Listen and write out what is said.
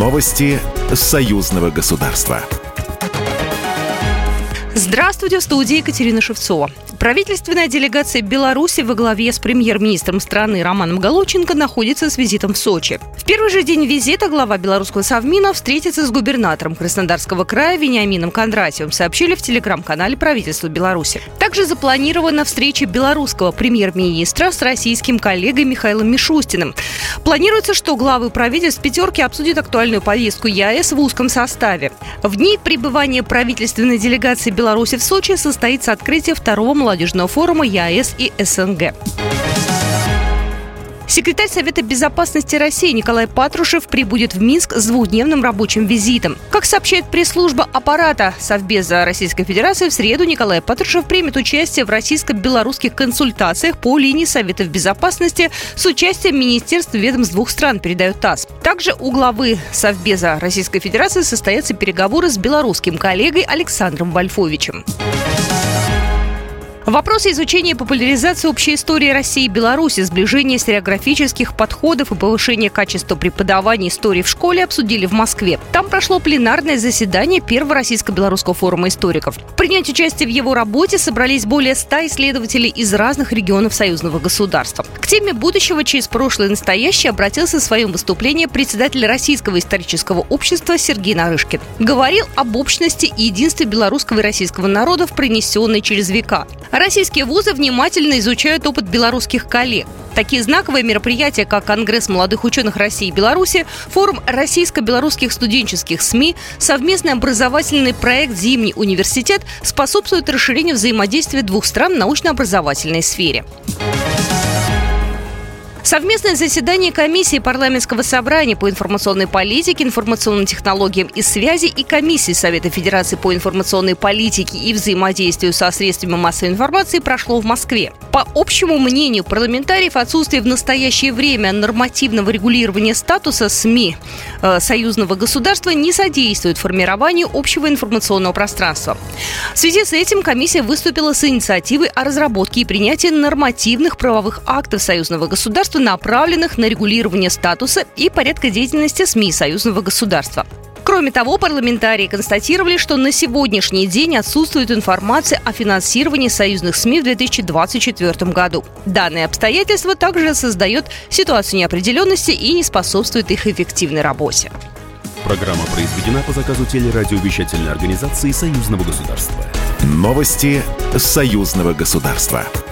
Новости союзного государства. Здравствуйте, в студии Екатерина Шевцова. Правительственная делегация Беларуси во главе с премьер-министром страны Романом Голубченко находится с визитом в Сочи. В первый же день визита глава белорусского Совмина встретится с губернатором Краснодарского края Вениамином Кондратьевым, сообщили в телеграм-канале правительства Беларуси. Также запланирована встреча белорусского премьер-министра с российским коллегой Михаилом Мишустиным. Планируется, что главы правительств пятерки обсудят актуальную повестку ЕАЭС в узком составе. В дни пребывания правительственной делегации Беларуси в Сочи состоится открытие второго молодежного форума ЕАЭС и СНГ. Секретарь Совета безопасности России Николай Патрушев прибудет в Минск с двухдневным рабочим визитом. Как сообщает пресс-служба аппарата Совбеза Российской Федерации, в среду Николай Патрушев примет участие в российско-белорусских консультациях по линии Советов безопасности с участием министерств и ведомств двух стран, передает ТАСС. Также у главы Совбеза Российской Федерации состоятся переговоры с белорусским коллегой Александром Вольфовичем. Вопросы изучения и популяризации общей истории России и Беларуси, сближения стереографических подходов и повышения качества преподавания истории в школе обсудили в Москве. Там прошло пленарное заседание Первого российско-белорусского форума историков. Принять участие в его работе собрались более 100 исследователей из разных регионов союзного государства. К теме будущего через прошлое и настоящее обратился в своем выступлении председатель Российского исторического общества Сергей Нарышкин. Говорил об общности и единстве белорусского и российского народов, пронесенной через века. Российские вузы внимательно изучают опыт белорусских коллег. Такие знаковые мероприятия, как Конгресс молодых ученых России и Беларуси, форум российско-белорусских студенческих СМИ, совместный образовательный проект «Зимний университет» способствуют расширению взаимодействия двух стран в научно-образовательной сфере. Совместное заседание комиссии парламентского собрания по информационной политике, информационным технологиям и связи и комиссии Совета Федерации по информационной политике и взаимодействию со средствами массовой информации прошло в Москве. По общему мнению парламентариев, отсутствие в настоящее время нормативного регулирования статуса СМИ союзного государства не содействует формированию общего информационного пространства. В связи с этим комиссия выступила с инициативой о разработке и принятии нормативных правовых актов союзного государства, направленных на регулирование статуса и порядка деятельности СМИ союзного государства. Кроме того, парламентарии констатировали, что на сегодняшний день отсутствует информация о финансировании союзных СМИ в 2024 году. Данное обстоятельство также создает ситуацию неопределенности и не способствует их эффективной работе. Программа произведена по заказу телерадиовещательной организации союзного государства. Новости союзного государства.